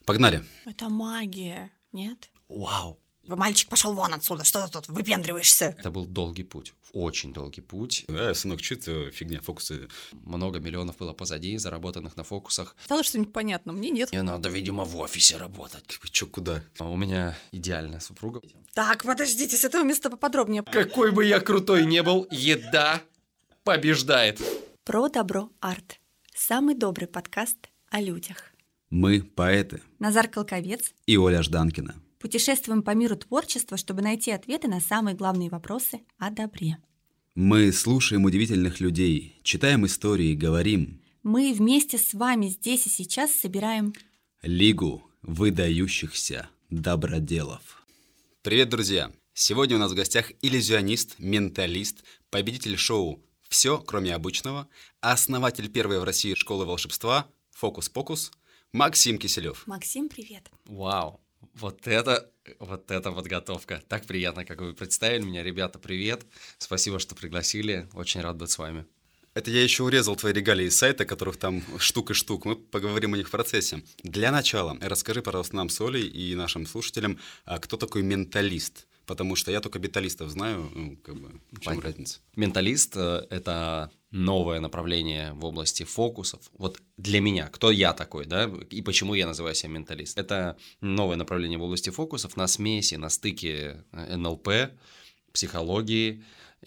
Погнали. Это магия, нет? Вау. Мальчик, пошел вон отсюда, что ты тут выпендриваешься? Это был долгий путь, очень долгий путь. Сынок, что это фигня, фокусы? Много миллионов было позади, заработанных на фокусах. Стало что-нибудь понятно? Мне нет. Мне надо, видимо, в офисе работать. Чё, куда? У меня идеальная супруга. Так, подождите, с этого места поподробнее. Какой бы я крутой не был, еда побеждает. Про добро арт. Самый добрый подкаст о людях. Мы поэты. Назар Колковец. И Оля Жданкина. Путешествуем по миру творчества, чтобы найти ответы на самые главные вопросы о добре. Мы слушаем удивительных людей, читаем истории, говорим. Мы вместе с вами здесь и сейчас собираем Лигу выдающихся доброделов. Привет, друзья! Сегодня у нас в гостях иллюзионист, менталист, победитель шоу «Все, кроме обычного», основатель первой в России школы волшебства «Фокус-покус» Максим Киселев. Максим, привет. Вау, вот это подготовка. Так приятно, как вы представили меня. Ребята, привет. Спасибо, что пригласили. Очень рад быть с вами. Это я еще урезал твои регалии из сайта, которых там штук и штук. Мы поговорим о них в процессе. Для начала расскажи, пожалуйста, нам с Олей и нашим слушателям, кто такой менталист? Потому что я только беталистов знаю, в чем разница? Менталист — это новое направление в области фокусов. Вот для меня, кто я такой, да, и почему я называю себя менталист? Это новое направление в области фокусов на смеси, на стыке НЛП, психологии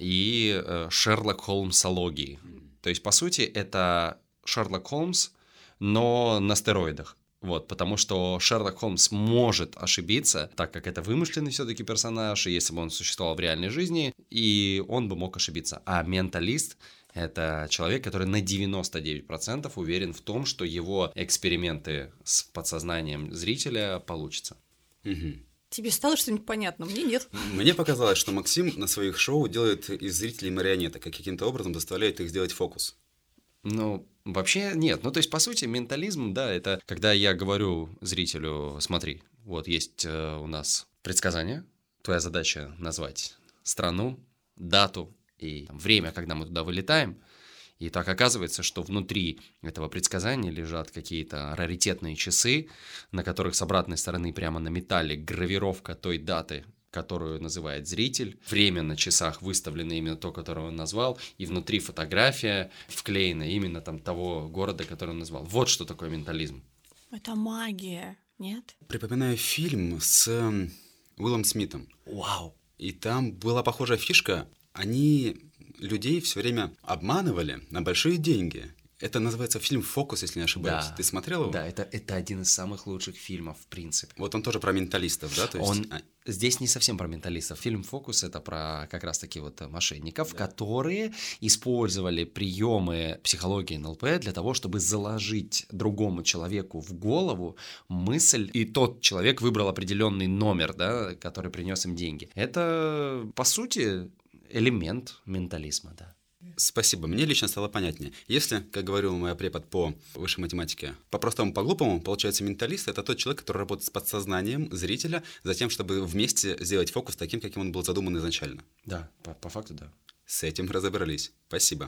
и Шерлок Холмсологии. То есть, по сути, это Шерлок Холмс, но на стероидах. Вот, потому что Шерлок Холмс может ошибиться, так как это вымышленный все-таки персонаж, и если бы он существовал в реальной жизни, и он бы мог ошибиться. А менталист — это человек, который на 99% уверен в том, что его эксперименты с подсознанием зрителя получатся. Угу. Тебе стало что-нибудь понятно? Мне нет. Мне показалось, что Максим на своих шоу делает из зрителей марионеток, и каким-то образом заставляет их сделать фокус. Ну, вообще нет. Ну, то есть, по сути, ментализм, да, это когда я говорю зрителю: смотри, вот есть у нас предсказание, твоя задача назвать страну, дату и время, когда мы туда вылетаем. И так оказывается, что внутри этого предсказания лежат какие-то раритетные часы, на которых с обратной стороны прямо на металле гравировка той даты, которую называет зритель. Время на часах выставлено именно то, которое он назвал, и внутри фотография вклеена именно там того города, который он назвал. Вот что такое ментализм. Это магия, нет? Припоминаю фильм с Уиллом Смитом. Вау! И там была похожая фишка. Они людей все время обманывали на большие деньги. Это называется фильм «Фокус», если не ошибаюсь. Да. Ты смотрел его? Да, это один из самых лучших фильмов, в принципе. Вот он тоже про менталистов, да? То есть... Здесь не совсем про менталистов. Фильм «Фокус» — это про как раз-таки вот мошенников, которые использовали приемы психологии НЛП для того, чтобы заложить другому человеку в голову мысль, и тот человек выбрал определенный номер, да, который принес им деньги. Это, по сути, элемент ментализма, да. Спасибо, мне лично стало понятнее. Если, как говорил мой препод по высшей математике, по-простому, по-глупому, получается, менталист — это тот человек, который работает с подсознанием зрителя, за тем, чтобы вместе сделать фокус таким, каким он был задуман изначально. Да, по факту, да. С этим разобрались. Спасибо.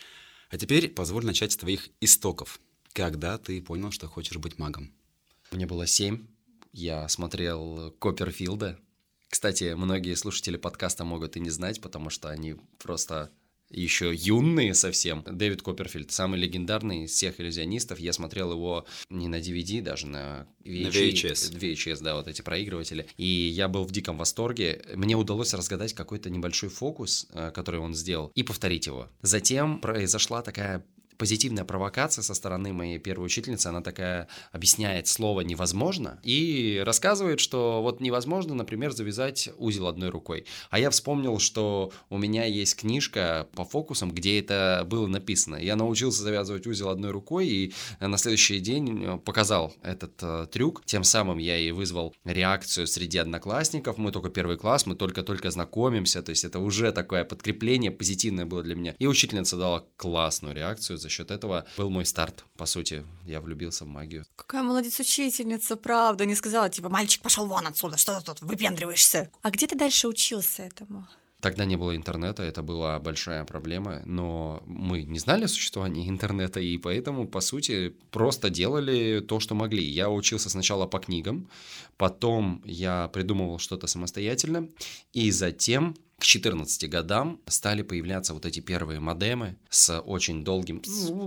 А теперь позволь начать с твоих истоков. Когда ты понял, что хочешь быть магом? Мне было 7, я смотрел Копперфилда. Кстати, многие слушатели подкаста могут и не знать, потому что они просто... еще юные совсем. Дэвид Копперфильд, самый легендарный из всех иллюзионистов. Я смотрел его не на DVD, даже на VHS. VHS, да, вот эти проигрыватели. И я был в диком восторге. Мне удалось разгадать какой-то небольшой фокус, который он сделал, и повторить его. Затем произошла такая позитивная провокация со стороны моей первой учительницы. Она такая объясняет слово «невозможно» и рассказывает, что вот невозможно, например, завязать узел одной рукой. А я вспомнил, что у меня есть книжка по фокусам, где это было написано. Я научился завязывать узел одной рукой и на следующий день показал этот трюк. Тем самым я и вызвал реакцию среди одноклассников. Мы только первый класс, мы только-только знакомимся. То есть это уже такое подкрепление позитивное было для меня. И учительница дала классную реакцию. За счет этого был мой старт. По сути, я влюбился в магию. Какая молодец учительница, правда. Не сказала, типа, мальчик, пошел вон отсюда, что ты тут выпендриваешься? А где ты дальше учился этому? Тогда не было интернета, это была большая проблема, но мы не знали о существовании интернета, и поэтому, по сути, просто делали то, что могли. Я учился сначала по книгам, потом я придумывал что-то самостоятельно, и затем к 14 годам стали появляться вот эти первые модемы с очень долгим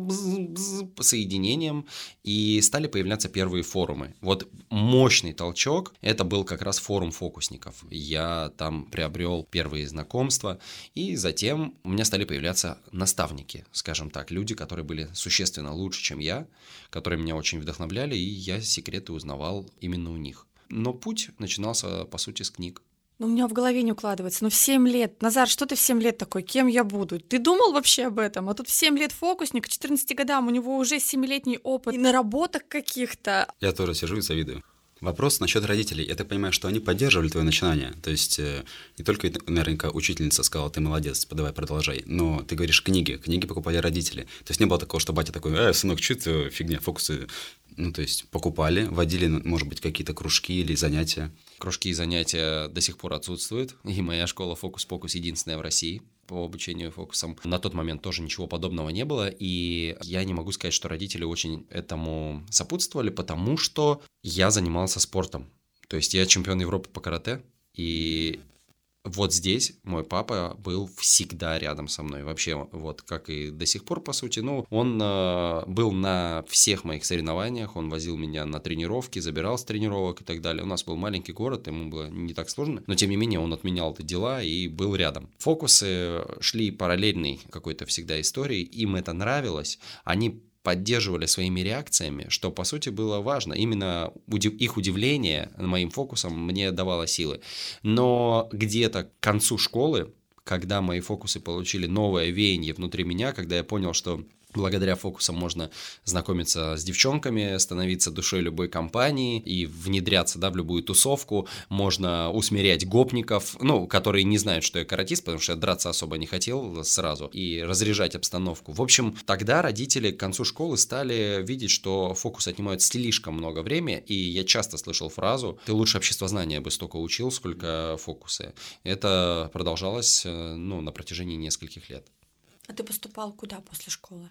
соединением, и стали появляться первые форумы. Вот мощный толчок, это был как раз форум фокусников. Я там приобрел первые знакомства, и затем у меня стали появляться наставники, скажем так, люди, которые были существенно лучше, чем я, которые меня очень вдохновляли, и я секреты узнавал именно у них. Но путь начинался, по сути, с книг. Ну, у меня в голове не укладывается. Ну, в 7 лет. Назар, что ты в 7 лет такой? Кем я буду? Ты думал вообще об этом? А тут в 7 лет фокусник, к 14 годам у него уже 7-летний опыт и наработок каких-то. Я тоже сижу и завидую. Вопрос насчет родителей. Я так понимаю, что они поддерживали твое начинание. То есть не только наверняка учительница сказала, ты молодец, давай продолжай. Но ты говоришь книги покупали родители. То есть не было такого, что батя такой, сынок, что это фигня, фокусы. Ну, то есть покупали, водили, может быть, какие-то кружки или занятия. Кружки и занятия до сих пор отсутствуют. И моя школа «Фокус-покус» единственная в России по обучению фокусам. На тот момент тоже ничего подобного не было, и я не могу сказать, что родители очень этому сопутствовали, потому что я занимался спортом. То есть я чемпион Европы по карате, и вот здесь мой папа был всегда рядом со мной. Вообще, вот как и до сих пор, по сути. Ну, он был на всех моих соревнованиях, он возил меня на тренировки, забирал с тренировок и так далее. У нас был маленький город, ему было не так сложно, но тем не менее он отменял эти дела и был рядом. Фокусы шли параллельной какой-то всегда историей, им это нравилось, они поддерживали своими реакциями, что, по сути, было важно. Именно их удивление моим фокусом мне давало силы. Но где-то к концу школы, когда мои фокусы получили новое веяние внутри меня, когда я понял, что благодаря фокусам можно знакомиться с девчонками, становиться душой любой компании и внедряться, в любую тусовку. Можно усмирять гопников, которые не знают, что я каратист, потому что я драться особо не хотел сразу, и разряжать обстановку. В общем, тогда родители к концу школы стали видеть, что фокус отнимает слишком много времени, и я часто слышал фразу «ты лучше обществознания бы столько учил, сколько фокусы». Это продолжалось, на протяжении нескольких лет. А ты поступал куда после школы?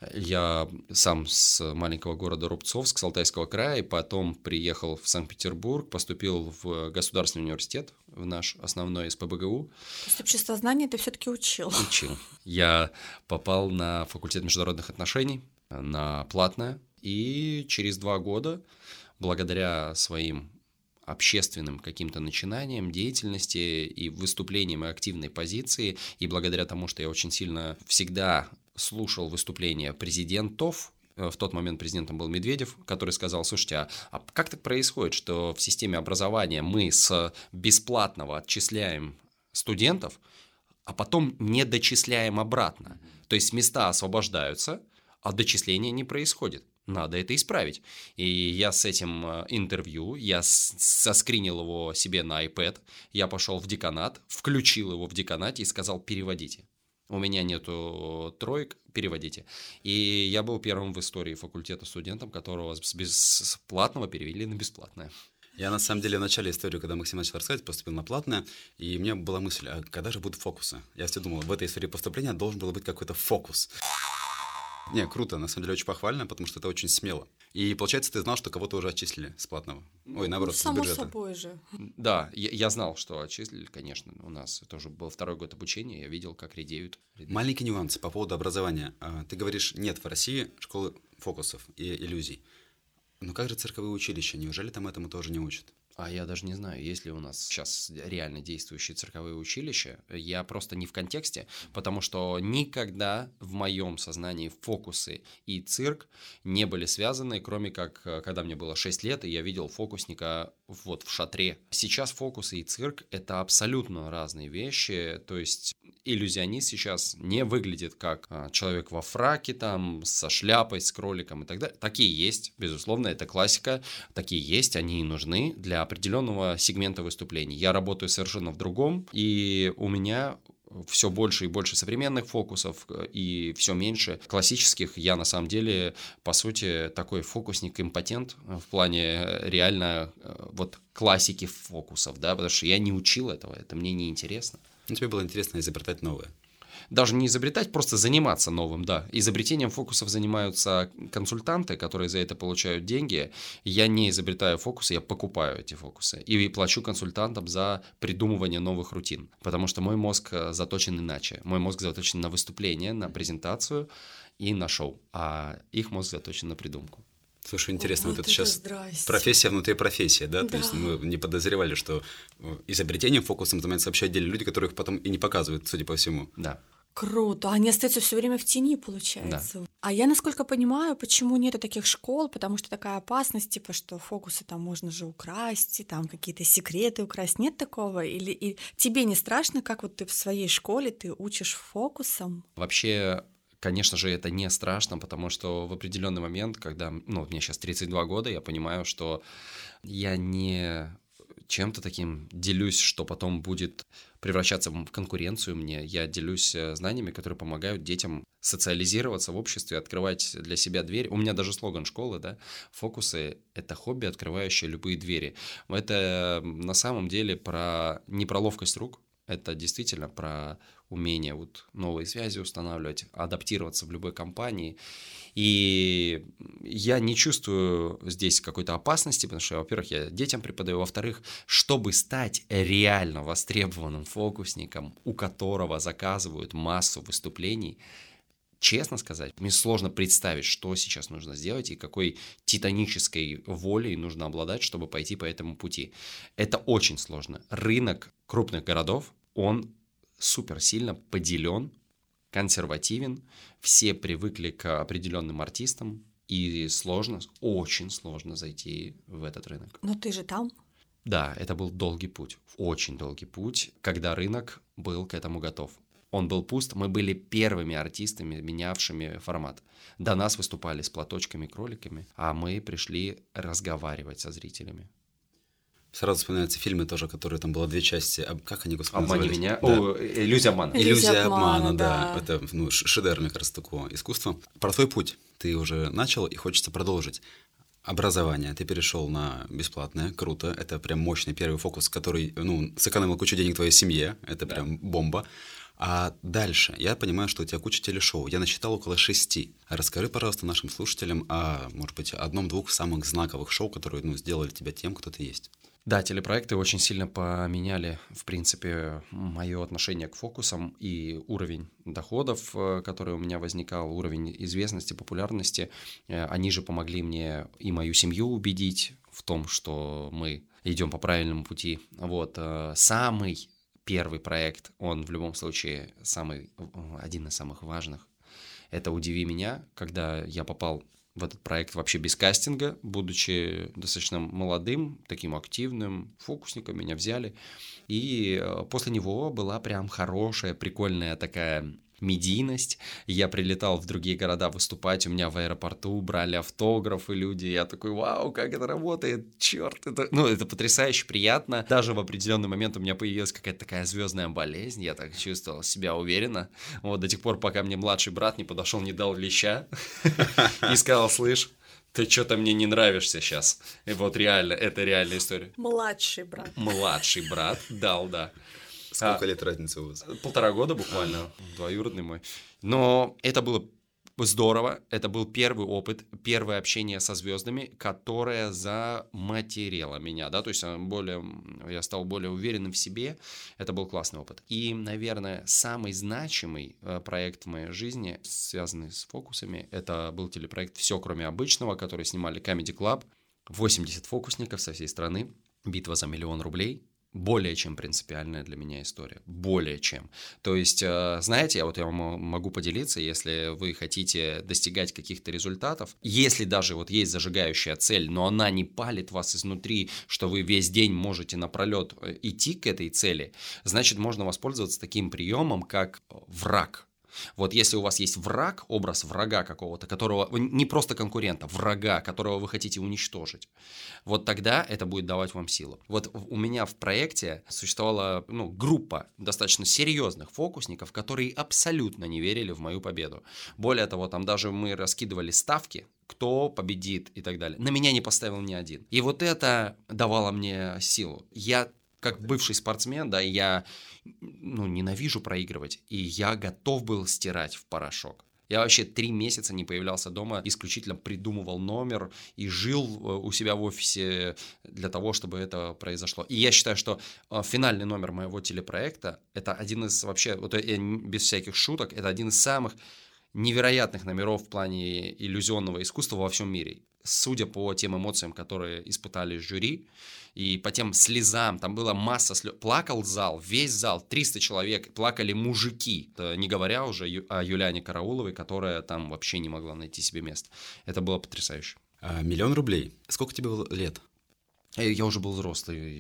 Я сам с маленького города Рубцовск, с Алтайского края, потом приехал в Санкт-Петербург, поступил в Государственный университет, в наш основной СПбГУ. То есть обществознание ты все-таки учил? Учил. Я попал на факультет международных отношений, на платное, и через 2 года, благодаря своим общественным каким-то начинаниям, деятельности и выступлениям и активной позиции, и благодаря тому, что я очень сильно всегда слушал выступления президентов, в тот момент президентом был Медведев, который сказал, слушайте, а как так происходит, что в системе образования мы с бесплатного отчисляем студентов, а потом не дочисляем обратно? То есть места освобождаются, а дочисления не происходит. Надо это исправить. И я с этим интервью, я соскринил его себе на iPad, я пошел в деканат, включил его в деканате и сказал, переводите. У меня нету троек, переводите. И я был первым в истории факультета студентом, которого с бесплатного перевели на бесплатное. Я, на самом деле, в начале истории, когда Максим начал рассказывать, поступил на платное, и у меня была мысль, а когда же будут фокусы? Я все думал, в этой истории поступления должен был быть какой-то фокус. Не, круто, на самом деле очень похвально, потому что это очень смело. И получается, ты знал, что кого-то уже отчислили с платного? Ой, наоборот, с бюджета. Само собой же. Да, я знал, что отчислили, конечно. У нас тоже был 2-й год обучения, я видел, как редеют. Маленький нюанс по поводу образования. Ты говоришь, нет в России школы фокусов и иллюзий. Но как же цирковые училища? Неужели там этому тоже не учат? А я даже не знаю, есть ли у нас сейчас реально действующие цирковые училища. Я просто не в контексте, потому что никогда в моем сознании фокусы и цирк не были связаны, кроме как, когда мне было 6 лет, и я видел фокусника в шатре. Сейчас фокусы и цирк – это абсолютно разные вещи, то есть иллюзионист сейчас не выглядит как человек во фраке, там, со шляпой, с кроликом и так далее. Такие есть, безусловно, это классика, такие есть, они и нужны для определенного сегмента выступлений. Я работаю совершенно в другом, и у меня все больше и больше современных фокусов и все меньше классических. Я на самом деле, по сути, такой фокусник-импотент в плане реально классики фокусов, да, потому что я не учил этого, это мне не интересно. Ну, тебе было интересно изобретать новое. Даже не изобретать, просто заниматься новым, да. Изобретением фокусов занимаются консультанты, которые за это получают деньги. Я не изобретаю фокусы, я покупаю эти фокусы. И плачу консультантам за придумывание новых рутин. Потому что мой мозг заточен иначе. Мой мозг заточен на выступление, на презентацию и на шоу. А их мозг заточен на придумку. Слушай, интересно, вот это сейчас здрасте. профессия внутри профессии, да? Да. То есть мы не подозревали, что изобретением, фокусом занимаются вообще отдельные люди, которых потом и не показывают, судя по всему. Да. Круто. Они остаются все время в тени, получается. А я, насколько понимаю, почему нету таких школ, потому что такая опасность, типа, что фокусы там можно же украсть, и там какие-то секреты украсть. Нет такого? Или и тебе не страшно, как вот ты в своей школе, ты учишь фокусам? Вообще, конечно же, это не страшно, потому что в определенный момент, когда, мне сейчас 32 года, я понимаю, что я не чем-то таким делюсь, что потом будет превращаться в конкуренцию мне. Я делюсь знаниями, которые помогают детям социализироваться в обществе, открывать для себя дверь. У меня даже слоган школы, да, фокусы — это хобби, открывающее любые двери. Это на самом деле не про ловкость рук, это действительно про умение вот новые связи устанавливать, адаптироваться в любой компании. И я не чувствую здесь какой-то опасности, потому что, во-первых, я детям преподаю, во-вторых, чтобы стать реально востребованным фокусником, у которого заказывают массу выступлений, честно сказать, мне сложно представить, что сейчас нужно сделать и какой титанической волей нужно обладать, чтобы пойти по этому пути. Это очень сложно. Рынок крупных городов, он супер сильно поделен, консервативен, все привыкли к определенным артистам, и очень сложно зайти в этот рынок. Но ты же там. Да, это был долгий путь, очень долгий путь, когда рынок был к этому готов. Он был пуст, мы были первыми артистами, менявшими формат. До нас выступали с платочками, кроликами, а мы пришли разговаривать со зрителями. Сразу вспоминаются фильмы тоже, которые там было 2 части. Как они, господи, «Обмани назывались? меня». Да. «Иллюзия обмана». «Иллюзия обмана», да. да. Это шедевр, мне кажется, такого искусства. Про твой путь ты уже начал, и хочется продолжить. Образование. Ты перешел на бесплатное, круто. Это прям мощный первый фокус, который, сэкономил кучу денег твоей семье. Это прям бомба. А дальше, я понимаю, что у тебя куча телешоу. Я насчитал около 6. Расскажи, пожалуйста, нашим слушателям о, может быть, 1-2 самых знаковых шоу, которые, сделали тебя тем, кто ты есть. Да, телепроекты очень сильно поменяли, в принципе, мое отношение к фокусам и уровень доходов, который у меня возникал, уровень известности, популярности. Они же помогли мне и мою семью убедить в том, что мы идем по правильному пути. Вот. Самый первый проект, он в любом случае один из самых важных. Это «Удиви меня», когда я попал в этот проект вообще без кастинга, будучи достаточно молодым, таким активным фокусником, меня взяли. И после него была прям хорошая, прикольная такая медийность. Я прилетал в другие города выступать, у меня в аэропорту брали автографы люди. Я такой: вау, как это работает, черт, это потрясающе приятно. Даже в определенный момент у меня появилась какая-то такая звездная болезнь, я так чувствовал себя уверенно. Вот до тех пор, пока мне младший брат не подошел, не дал леща и сказал: слышь, ты что-то мне не нравишься сейчас. И вот реально, это реальная история. Младший брат. Младший брат дал, да. Сколько лет разницы у вас? 1,5 года буквально, двоюродный мой. Но это было здорово, это был первый опыт, первое общение со звездами, которое заматерело меня, да, то есть я стал более уверенным в себе, это был классный опыт. И, наверное, самый значимый проект в моей жизни, связанный с фокусами, это был телепроект «Все, кроме обычного», который снимали Comedy Club, 80 фокусников со всей страны, битва за $1 000 000. Более чем принципиальная для меня история. Более чем. То есть, знаете, я вам могу поделиться, если вы хотите достигать каких-то результатов, если даже вот есть зажигающая цель, но она не палит вас изнутри, что вы весь день можете напролет идти к этой цели, значит, можно воспользоваться таким приемом, как враг. Вот если у вас есть враг, образ врага какого-то, которого, не просто конкурента, врага, которого вы хотите уничтожить, вот тогда это будет давать вам силу. Вот у меня в проекте существовала группа достаточно серьезных фокусников, которые абсолютно не верили в мою победу. Более того, там даже мы раскидывали ставки, кто победит и так далее. На меня не поставил ни один. И вот это давало мне силу. Я как бывший спортсмен, да, я ненавижу проигрывать, и я готов был стирать в порошок. Я вообще 3 месяца не появлялся дома, исключительно придумывал номер и жил у себя в офисе для того, чтобы это произошло. И я считаю, что финальный номер моего телепроекта — это один из вообще, вот без всяких шуток, это один из самых невероятных номеров в плане иллюзионного искусства во всем мире. Судя по тем эмоциям, которые испытали жюри, и по тем слезам, там была масса слез. Плакал зал, весь зал, 300 человек, плакали мужики. Не говоря уже о Юлиане Карауловой, которая там вообще не могла найти себе место. Это было потрясающе. 1 000 000 рублей. Сколько тебе было лет? Я уже был взрослый,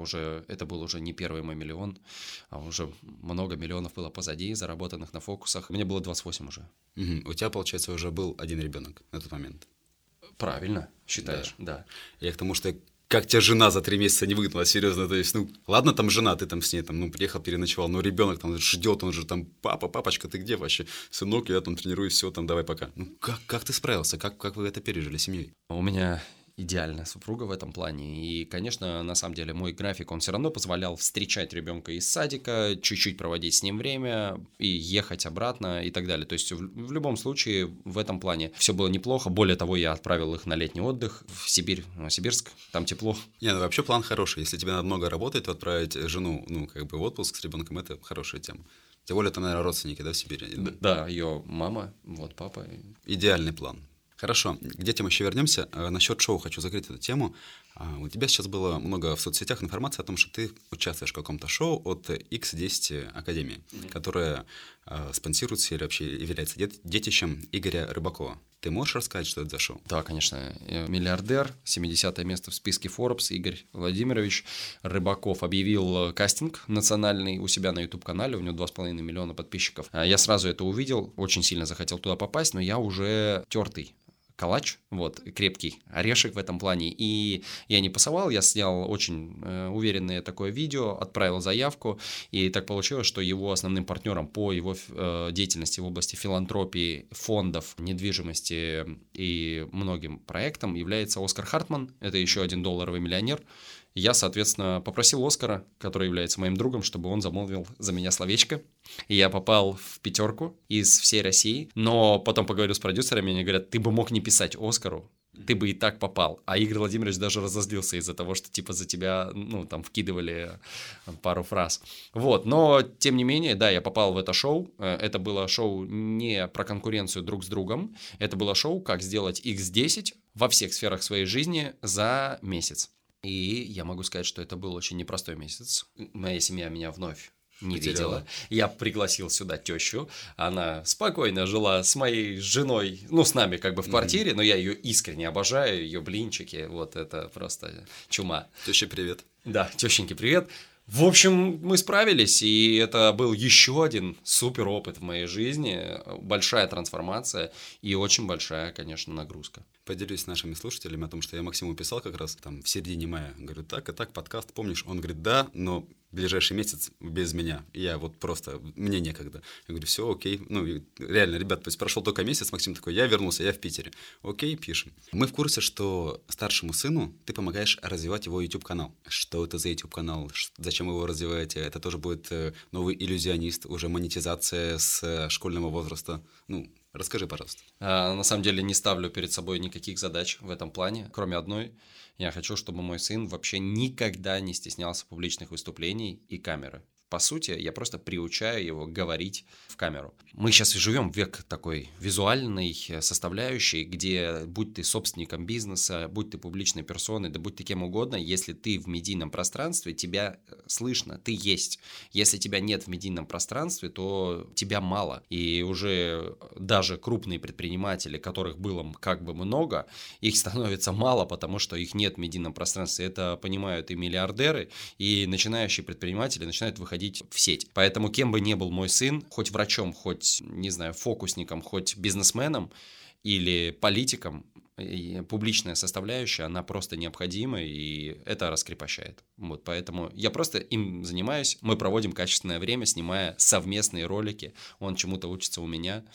это был уже не первый мой миллион, а уже много миллионов было позади, заработанных на фокусах. Мне было 28 уже. Угу. У тебя, получается, уже был 1 ребенок на тот момент. Правильно, считаешь, да. Я к тому, что как тебя жена за 3 месяца не выгнала, серьезно, то есть, ладно, там жена, ты там с ней, там, приехал, переночевал, но ребенок там ждет, он же там, папочка, ты где вообще? Сынок, я там тренируюсь, все, там, давай пока. Как ты справился, как вы это пережили семьей? У меня идеальная супруга в этом плане. И, конечно, на самом деле мой график, он все равно позволял встречать ребенка из садика, чуть-чуть проводить с ним время и ехать обратно и так далее. То есть в любом случае в этом плане все было неплохо. Более того, я отправил их на летний отдых в Сибирь, Новосибирск, там тепло. Вообще план хороший. Если тебе надо много работать, то отправить жену, в отпуск с ребенком, это хорошая тема. Тем более там, наверное, родственники, да, в Сибири? Да, ее мама, папа. Идеальный план. Хорошо, к детям еще вернемся. Насчет шоу хочу закрыть эту тему. У тебя сейчас было много в соцсетях информации о том, что ты участвуешь в каком-то шоу от X10 Академии, которая спонсируется или вообще является детищем Игоря Рыбакова. Ты можешь рассказать, что это за шоу? Да, конечно. Миллиардер, 70-е место в списке Forbes, Игорь Владимирович Рыбаков объявил кастинг национальный у себя на YouTube-канале, у него 2,5 миллиона подписчиков. Я сразу это увидел, очень сильно захотел туда попасть, но я уже тертый калач, крепкий орешек в этом плане, и я не пасовал, я снял очень уверенное такое видео, отправил заявку, и так получилось, что его основным партнером по его деятельности в области филантропии, фондов, недвижимости и многим проектам является Оскар Хартман, это еще один долларовый миллионер. Я, соответственно, попросил Оскара, который является моим другом, чтобы он замолвил за меня словечко. И я попал в 5 из всей России. Но потом поговорил с продюсерами, и они говорят, ты бы мог не писать Оскару, ты бы и так попал. А Игорь Владимирович даже разозлился из-за того, что за тебя, там вкидывали пару фраз. Но, тем не менее, да, я попал в это шоу. Это было шоу не про конкуренцию друг с другом. Это было шоу, как сделать X10 во всех сферах своей жизни за месяц. И я могу сказать, что это был очень непростой месяц. Моя семья меня вновь не видела. Я пригласил сюда тещу. Она спокойно жила с моей женой, с нами в квартире, но я ее искренне обожаю, ее блинчики, это просто чума. Теща, привет. Да, тещеньки, привет. В общем, мы справились, и это был еще один супер опыт в моей жизни, большая трансформация и очень большая, конечно, нагрузка. Поделюсь с нашими слушателями о том, что я Максиму писал как раз там в середине мая. Говорю, так и так, подкаст, помнишь? Он говорит, да, но ближайший месяц без меня. И я просто, мне некогда. Я говорю, все, окей. Реально, ребят, прошел только месяц, Максим такой, я вернулся, я в Питере. Окей, пишем. Мы в курсе, что старшему сыну ты помогаешь развивать его YouTube-канал. Что это за YouTube-канал? Зачем вы его развиваете? Это тоже будет новый иллюзионист, уже монетизация с школьного возраста. Расскажи, пожалуйста. На самом деле не ставлю перед собой никаких задач в этом плане, кроме одной. Я хочу, чтобы мой сын вообще никогда не стеснялся публичных выступлений и камеры. По сути, я просто приучаю его говорить в камеру. Мы сейчас живем в век такой визуальной составляющей, где будь ты собственником бизнеса, будь ты публичной персоной, да будь ты кем угодно, если ты в медийном пространстве, тебя слышно, ты есть. Если тебя нет в медийном пространстве, то тебя мало. И уже даже крупные предприниматели, которых было много, их становится мало, потому что их нет в медийном пространстве. Это понимают и миллиардеры, и начинающие предприниматели начинают выходить в сеть. Поэтому кем бы ни был мой сын, хоть врачом, хоть, не знаю, фокусником, хоть бизнесменом или политиком, публичная составляющая, она просто необходима, и это раскрепощает. Поэтому я просто им занимаюсь, мы проводим качественное время, снимая совместные ролики, он чему-то учится у меня,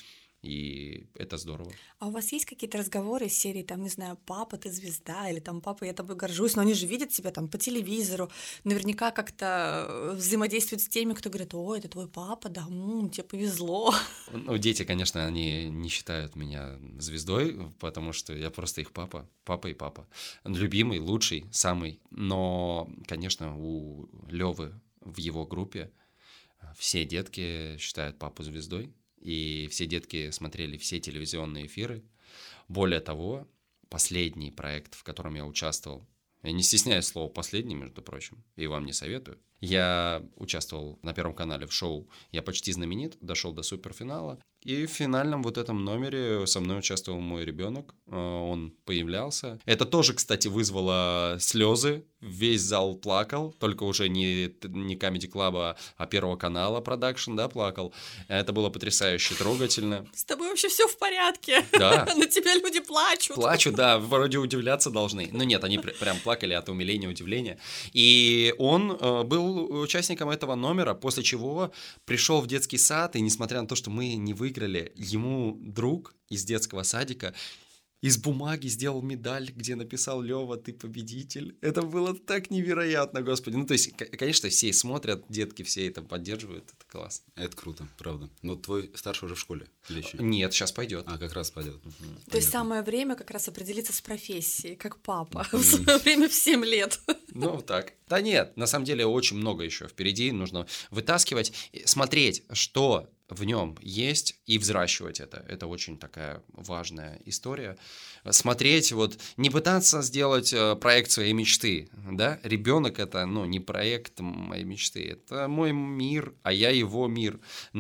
и это здорово. А у вас есть какие-то разговоры из серии, там, не знаю, папа, ты звезда, или там, папа, я тобой горжусь, но они же видят тебя там по телевизору, наверняка как-то взаимодействуют с теми, кто говорит, ой, это твой папа, да, тебе повезло. Ну, дети, конечно, они не считают меня звездой, потому что я просто их папа и папа. Любимый, лучший, самый. Но, конечно, у Лёвы в его группе все детки считают папу звездой, и все детки смотрели все телевизионные эфиры. Более того, последний проект, в котором я участвовал, я не стесняюсь слова «последний», между прочим, и вам не советую. Я участвовал на Первом канале в шоу «Я почти знаменит», дошел до суперфинала. И в финальном вот этом номере со мной участвовал мой ребенок, он появлялся. Это тоже, кстати, вызвало слезы, весь зал плакал, только уже не Comedy Club, а Первого канала продакшн, да, плакал. Это было потрясающе трогательно. С тобой вообще все в порядке. Да. На тебя люди плачут. Плачут, да, вроде удивляться должны. Но нет, они прям плакали от умиления, удивления. И он был участником этого номера, после чего пришел в детский сад, и несмотря на то, что мы не выиграли, ему друг из детского садика из бумаги сделал медаль, где написал: «Лёва, ты победитель». Это было так невероятно, господи. Ну, то есть, конечно, все смотрят, детки все это поддерживают, это классно. Это круто, правда. Но твой старший уже в школе или еще? Нет, сейчас пойдет. Как раз пойдет. То есть самое время как раз определиться с профессией, как папа, в свое время в 7 лет. Ну, так. Да нет, на самом деле очень много еще впереди. Нужно вытаскивать, смотреть, что в нем есть, и взращивать это. Это очень такая важная история. Смотреть, вот, не пытаться сделать проект своей мечты, да? Ребенок это, не проект моей мечты, это мой мир, а я его мир.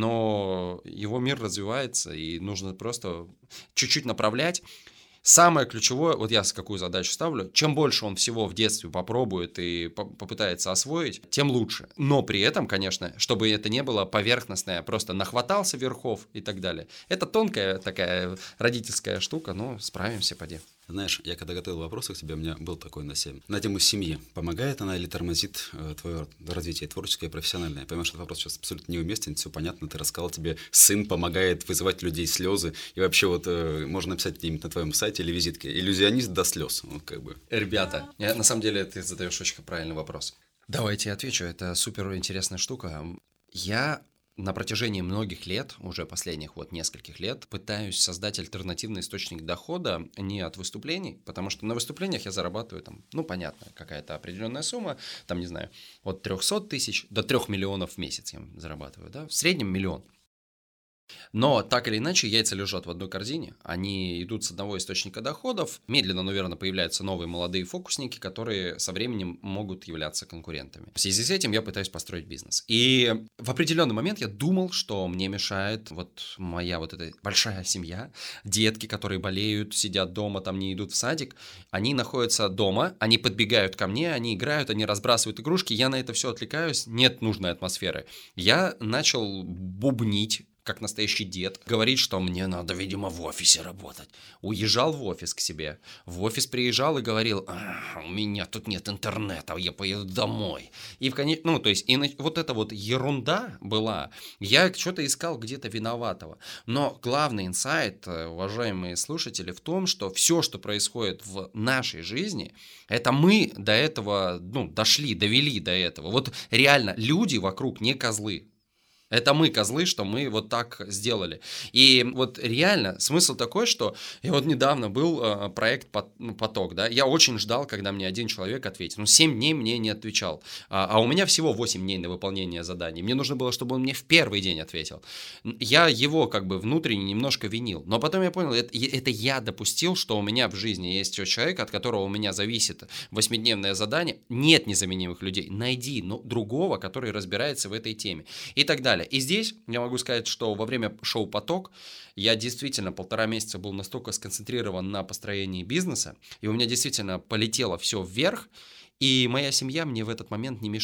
Но его мир развивается, и нужно просто чуть-чуть направлять. Самое ключевое, вот я какую задачу ставлю, чем больше он всего в детстве попробует и попытается освоить, тем лучше. Но при этом, конечно, чтобы это не было поверхностное, просто нахватался верхов и так далее. Это тонкая такая родительская штука, но справимся, поди. Знаешь, я когда готовил вопросы к тебе, у меня был такой на тему семьи. Помогает она или тормозит твое развитие творческое и профессиональное? Я понимаю, что этот вопрос сейчас абсолютно неуместен, все понятно, ты рассказал, тебе сын помогает вызывать у людей слезы, и вообще вот можно написать где-нибудь на твоем сайте или визитке: иллюзионист до слез. Ребята, на самом деле ты задаешь очень правильный вопрос. Давайте я отвечу, это супер интересная штука. Я на протяжении многих лет, уже последних нескольких лет, пытаюсь создать альтернативный источник дохода не от выступлений, потому что на выступлениях я зарабатываю понятно, какая-то определенная сумма, не знаю, от 300 тысяч до 3 миллионов в месяц я зарабатываю, да, в среднем 1 миллион. Но так или иначе яйца лежат в одной корзине, они идут с одного источника доходов, медленно, но верно появляются новые молодые фокусники, которые со временем могут являться конкурентами. В связи с этим я пытаюсь построить бизнес. И в определенный момент я думал, что мне мешает моя эта большая семья, детки, которые болеют, сидят дома, не идут в садик, они находятся дома, они подбегают ко мне, они играют, они разбрасывают игрушки, я на это все отвлекаюсь, нет нужной атмосферы. Я начал бубнить, как настоящий дед, говорит, что мне надо, видимо, в офисе работать. Уезжал в офис к себе. В офис приезжал и говорил: у меня тут нет интернета, я поеду домой. И вот эта ерунда была. Я что-то искал где-то виноватого. Но главный инсайт, уважаемые слушатели, в том, что все, что происходит в нашей жизни, это мы до этого, довели до этого. Реально, люди вокруг не козлы. Это мы козлы, что мы так сделали. И реально смысл такой, что я недавно был проект «Поток», да, я очень ждал, когда мне один человек ответит. 7 дней мне не отвечал, а у меня всего 8 дней на выполнение заданий. Мне нужно было, чтобы он мне в первый день ответил. Я его внутренне немножко винил, но потом я понял, это я допустил, что у меня в жизни есть человек, от которого у меня зависит 8-дневное задание. Нет незаменимых людей. Найди другого, который разбирается в этой теме и так далее. И здесь я могу сказать, что во время шоу «Поток» я действительно 1,5 месяца был настолько сконцентрирован на построении бизнеса, и у меня действительно полетело все вверх, и моя семья мне в этот момент не мешала.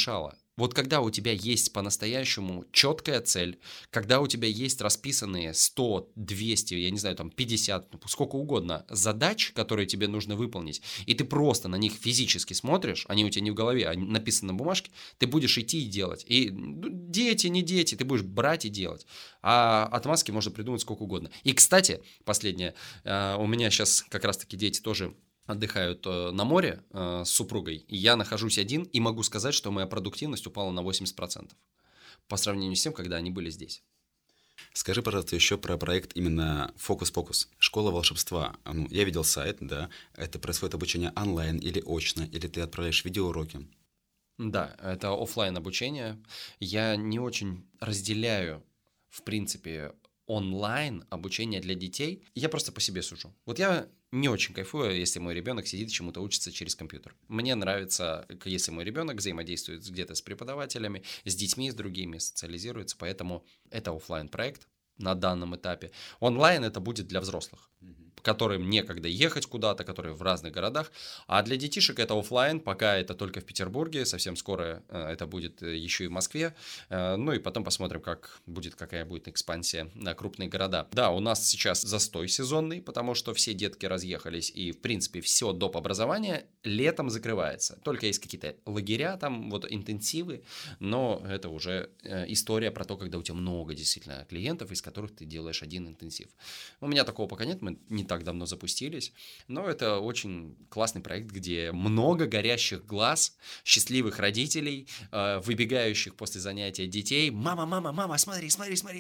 Вот когда у тебя есть по-настоящему четкая цель, когда у тебя есть расписанные 100, 200, я не знаю, там 50, сколько угодно задач, которые тебе нужно выполнить, и ты просто на них физически смотришь, они у тебя не в голове, а написаны на бумажке, ты будешь идти и делать. И дети, не дети, ты будешь брать и делать. А отмазки можно придумать сколько угодно. И, кстати, последнее, у меня сейчас как раз-таки дети тоже отдыхают на море с супругой, и я нахожусь один, и могу сказать, что моя продуктивность упала на 80% по сравнению с тем, когда они были здесь. Скажи, пожалуйста, еще про проект именно «Фокус-покус». Школа волшебства. Я видел сайт, да. Это происходит обучение онлайн или очно, или ты отправляешь видеоуроки? Да, это офлайн обучение. Я не очень разделяю, в принципе, онлайн обучение для детей. Я просто по себе сужу. Вот я не очень кайфую, если мой ребенок сидит и чему-то учится через компьютер. Мне нравится, если мой ребенок взаимодействует где-то с преподавателями, с детьми, с другими, социализируется. Поэтому это офлайн проект на данном этапе. Онлайн это будет для взрослых, которым некогда ехать куда-то, которые в разных городах. А для детишек это офлайн, пока это только в Петербурге, совсем скоро это будет еще и в Москве. Ну и потом посмотрим, какая будет экспансия на крупные города. Да, у нас сейчас застой сезонный, потому что все детки разъехались, и в принципе все доп. Образование летом закрывается. Только есть какие-то лагеря, там вот интенсивы, но это уже история про то, когда у тебя много действительно клиентов, из которых ты делаешь один интенсив. У меня такого пока нет, мы не так давно запустились, но это очень классный проект, где много горящих глаз, счастливых родителей, выбегающих после занятия детей. Мама, смотри.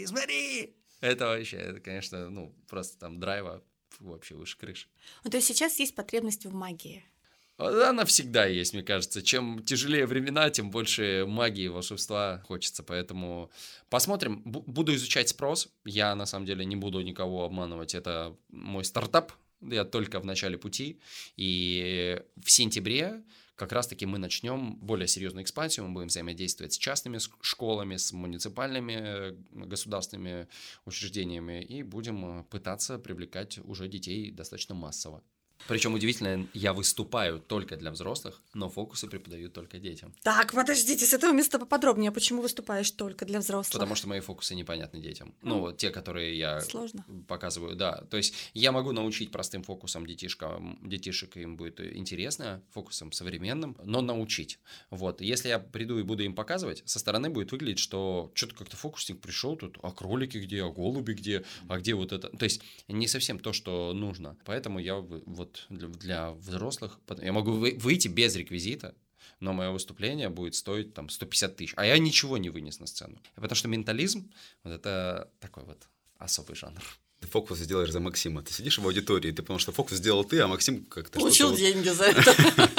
Это вообще, это, конечно, просто там драйва вообще выше крыши. То есть сейчас есть потребность в магии? Она всегда есть, мне кажется. Чем тяжелее времена, тем больше магии, волшебства хочется. Поэтому посмотрим. Буду изучать спрос. Я, на самом деле, не буду никого обманывать. Это мой стартап. Я только в начале пути. И в сентябре как раз-таки мы начнем более серьезную экспансию. Мы будем взаимодействовать с частными школами, с муниципальными государственными учреждениями. И будем пытаться привлекать уже детей достаточно массово. Причем удивительно, я выступаю только для взрослых, но фокусы преподаю только детям. Так, подождите, с этого места поподробнее. Почему выступаешь только для взрослых? Потому что мои фокусы непонятны детям. Вот те, которые я показываю, да. То есть я могу научить простым фокусам детишек, им будет интересно, фокусам современным, но научить. Вот. Если я приду и буду им показывать, со стороны будет выглядеть, что что-то как-то фокусник пришел тут, а кролики где, а голуби где, а где вот это. То есть не совсем то, что нужно. Поэтому я вот для взрослых, я могу выйти без реквизита, но мое выступление будет стоить там 150 тысяч, а я ничего не вынес на сцену. Потому что ментализм, вот это такой вот особый жанр. Ты фокус сделаешь за Максима. Ты сидишь в аудитории, ты понял, что фокус сделал ты, а Максим как-то получил деньги за это.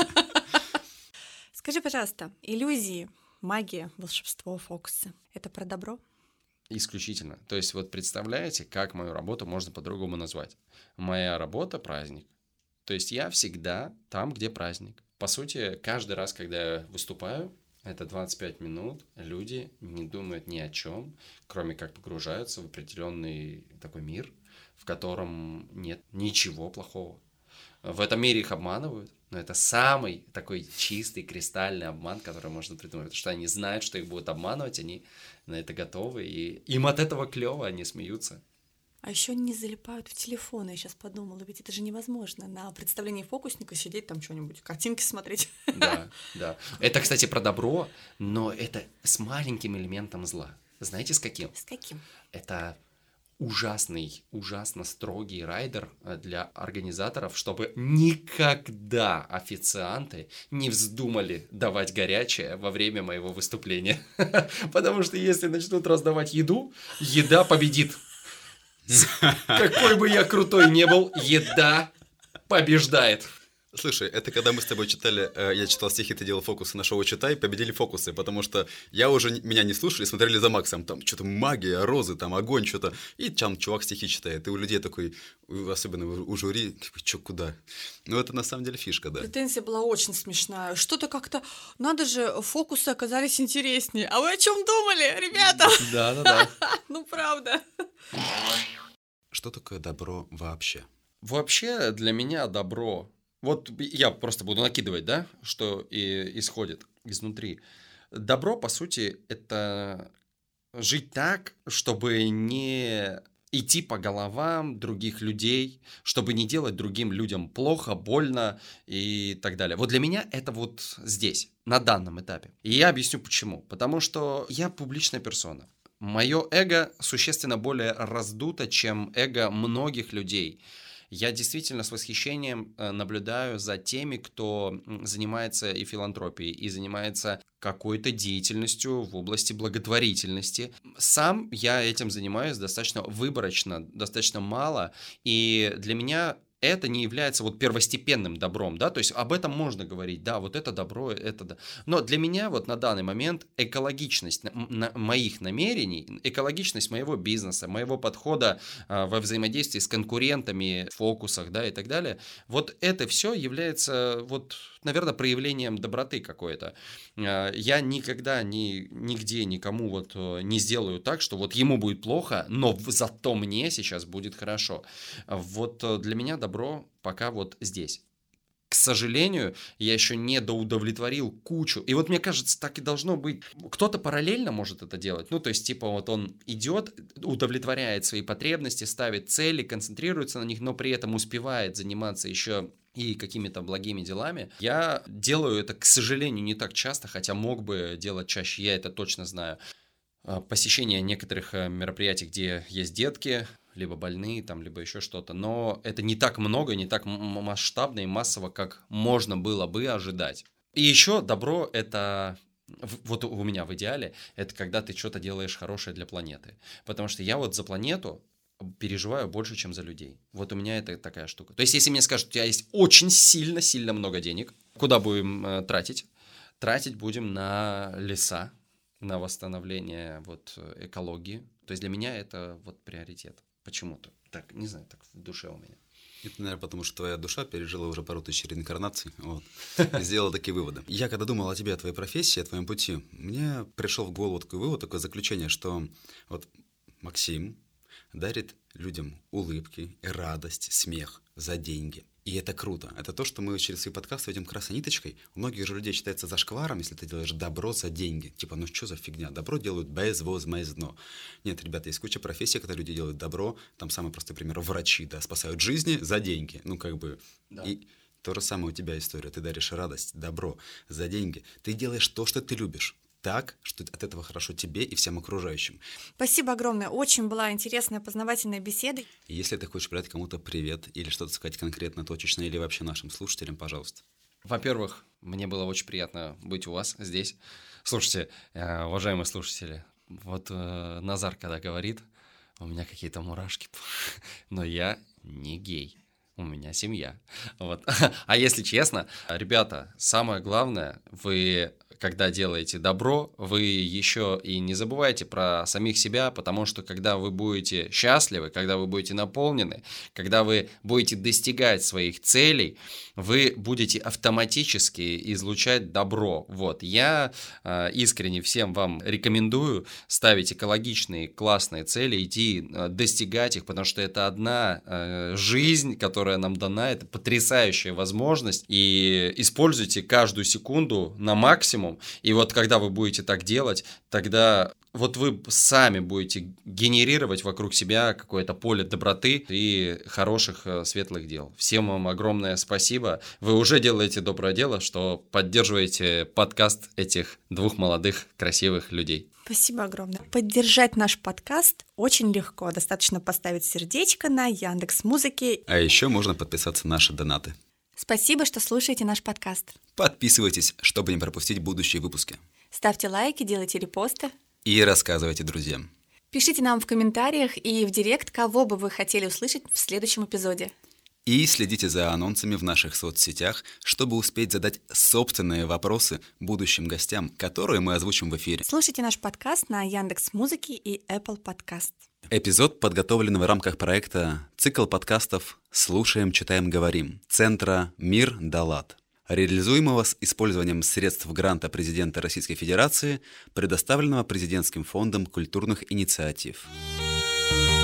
Скажи, пожалуйста, иллюзии, магия, волшебство, фокусы — это про добро? Исключительно. То есть вот представляете, как мою работу можно по-другому назвать? Моя работа — праздник. То есть я всегда там, где праздник. По сути, каждый раз, когда я выступаю, это 25 минут, люди не думают ни о чем, кроме как погружаются в определенный такой мир, в котором нет ничего плохого. В этом мире их обманывают, но это самый такой чистый, кристальный обман, который можно придумать, потому что они знают, что их будут обманывать, они на это готовы, и им от этого клево, они смеются. А еще они не залипают в телефоны, я сейчас подумала, ведь это же невозможно на представлении фокусника сидеть там что-нибудь, картинки смотреть. Да. Это, кстати, про добро, но это с маленьким элементом зла. Знаете, с каким? С каким? Это ужасно строгий райдер для организаторов, чтобы никогда официанты не вздумали давать горячее во время моего выступления. Потому что если начнут раздавать еду, еда победит. Какой бы я крутой не был, еда побеждает. Слушай, это когда мы с тобой читали, я читал стихи, ты делал фокусы на шоу «Читай», победили фокусы, потому что меня не слушали, смотрели за Максом, там что-то магия, розы, там огонь, что-то, и там чувак стихи читает, и у людей такой, особенно у жюри, что куда? Ну, это на самом деле фишка, да. Претензия была очень смешная, что-то как-то, надо же, фокусы оказались интереснее, а вы о чем думали, ребята? Да. Ну, правда. Что такое добро вообще? Вообще для меня добро... Вот я просто буду накидывать, да, что и исходит изнутри. Добро, по сути, это жить так, чтобы не идти по головам других людей, чтобы не делать другим людям плохо, больно и так далее. Вот для меня это вот здесь, на данном этапе. И я объясню почему. Потому что я публичная персона. Мое эго существенно более раздуто, чем эго многих людей. Я действительно с восхищением наблюдаю за теми, кто занимается и филантропией, и занимается какой-то деятельностью в области благотворительности. Сам я этим занимаюсь достаточно выборочно, достаточно мало, и для меня это не является вот первостепенным добром, да, то есть об этом можно говорить, да, вот это добро, это да. Но для меня вот на данный момент экологичность моих намерений, экологичность моего бизнеса, моего подхода во взаимодействии с конкурентами, в фокусах, да, и так далее, вот это все является вот, наверное, проявлением доброты какой-то. Я никогда нигде никому вот не сделаю так, что вот ему будет плохо, но зато мне сейчас будет хорошо. Вот для меня добро пока вот здесь. К сожалению, я еще не доудовлетворил кучу. И вот мне кажется, так и должно быть. Кто-то параллельно может это делать. Ну, то есть, типа, вот он идет, удовлетворяет свои потребности, ставит цели, концентрируется на них, но при этом успевает заниматься еще и какими-то благими делами. Я делаю это, к сожалению, не так часто, хотя мог бы делать чаще, я это точно знаю. Посещение некоторых мероприятий, где есть детки, либо больные, там, либо еще что-то. Но это не так много, не так масштабно и массово, как можно было бы ожидать. И еще добро — это... Вот у меня в идеале это когда ты что-то делаешь хорошее для планеты. Потому что я вот за планету переживаю больше, чем за людей. Вот у меня это такая штука. То есть, если мне скажут, у тебя есть очень сильно много денег, куда будем тратить? Тратить будем на леса, на восстановление вот экологии. То есть для меня это вот приоритет. Почему-то. Так, не знаю, так в душе у меня. Это, наверное, потому что твоя душа пережила уже пару тысяч реинкарнаций, вот, и сделала такие выводы. Я когда думал о тебе, о твоей профессии, о твоем пути, мне пришел в голову такой вывод, такое заключение, что вот Максим дарит людям улыбки, радость, смех за деньги. И это круто. Это то, что мы через свои подкасты ведем красной ниточкой. У многих же людей считается зашкваром, если ты делаешь добро за деньги. Типа, ну что за фигня? Добро делают безвозмездно. Нет, ребята, есть куча профессий, когда люди делают добро. Там самый простой пример. Врачи, да, спасают жизни за деньги. Ну, как бы... Да. И то же самое у тебя история. Ты даришь радость, добро за деньги. Ты делаешь то, что ты любишь. Так, что от этого хорошо тебе и всем окружающим. Спасибо огромное. Очень была интересная, познавательная беседа. Если ты хочешь передать кому-то привет или что-то сказать конкретно, точечно, или вообще нашим слушателям, пожалуйста. Во-первых, мне было очень приятно быть у вас здесь. Слушайте, уважаемые слушатели, вот Назар, когда говорит, у меня какие-то мурашки, но я не гей. У меня семья. Вот. А если честно, ребята, самое главное, вы, когда делаете добро, вы еще и не забывайте про самих себя, потому что когда вы будете счастливы, когда вы будете наполнены, когда вы будете достигать своих целей, вы будете автоматически излучать добро. Вот. Я искренне всем вам рекомендую ставить экологичные, классные цели, идти достигать их, потому что это одна жизнь, которая нам дана, это потрясающая возможность, и используйте каждую секунду на максимум, и вот когда вы будете так делать, тогда вот вы сами будете генерировать вокруг себя какое-то поле доброты и хороших, светлых дел. Всем вам огромное спасибо. Вы уже делаете доброе дело, что поддерживаете подкаст этих двух молодых, красивых людей. Спасибо огромное. Поддержать наш подкаст очень легко. Достаточно поставить сердечко на Яндекс.Музыке. А еще можно подписаться на наши донаты. Спасибо, что слушаете наш подкаст. Подписывайтесь, чтобы не пропустить будущие выпуски. Ставьте лайки, делайте репосты. И рассказывайте друзьям. Пишите нам в комментариях и в директ, кого бы вы хотели услышать в следующем эпизоде. И следите за анонсами в наших соцсетях, чтобы успеть задать собственные вопросы будущим гостям, которые мы озвучим в эфире. Слушайте наш подкаст на Яндекс.Музыке и Apple Podcast. Эпизод подготовлен в рамках проекта «Цикл подкастов «Слушаем, читаем, говорим» Центра «Мир Далат», реализуемого с использованием средств гранта президента Российской Федерации, предоставленного Президентским фондом культурных инициатив.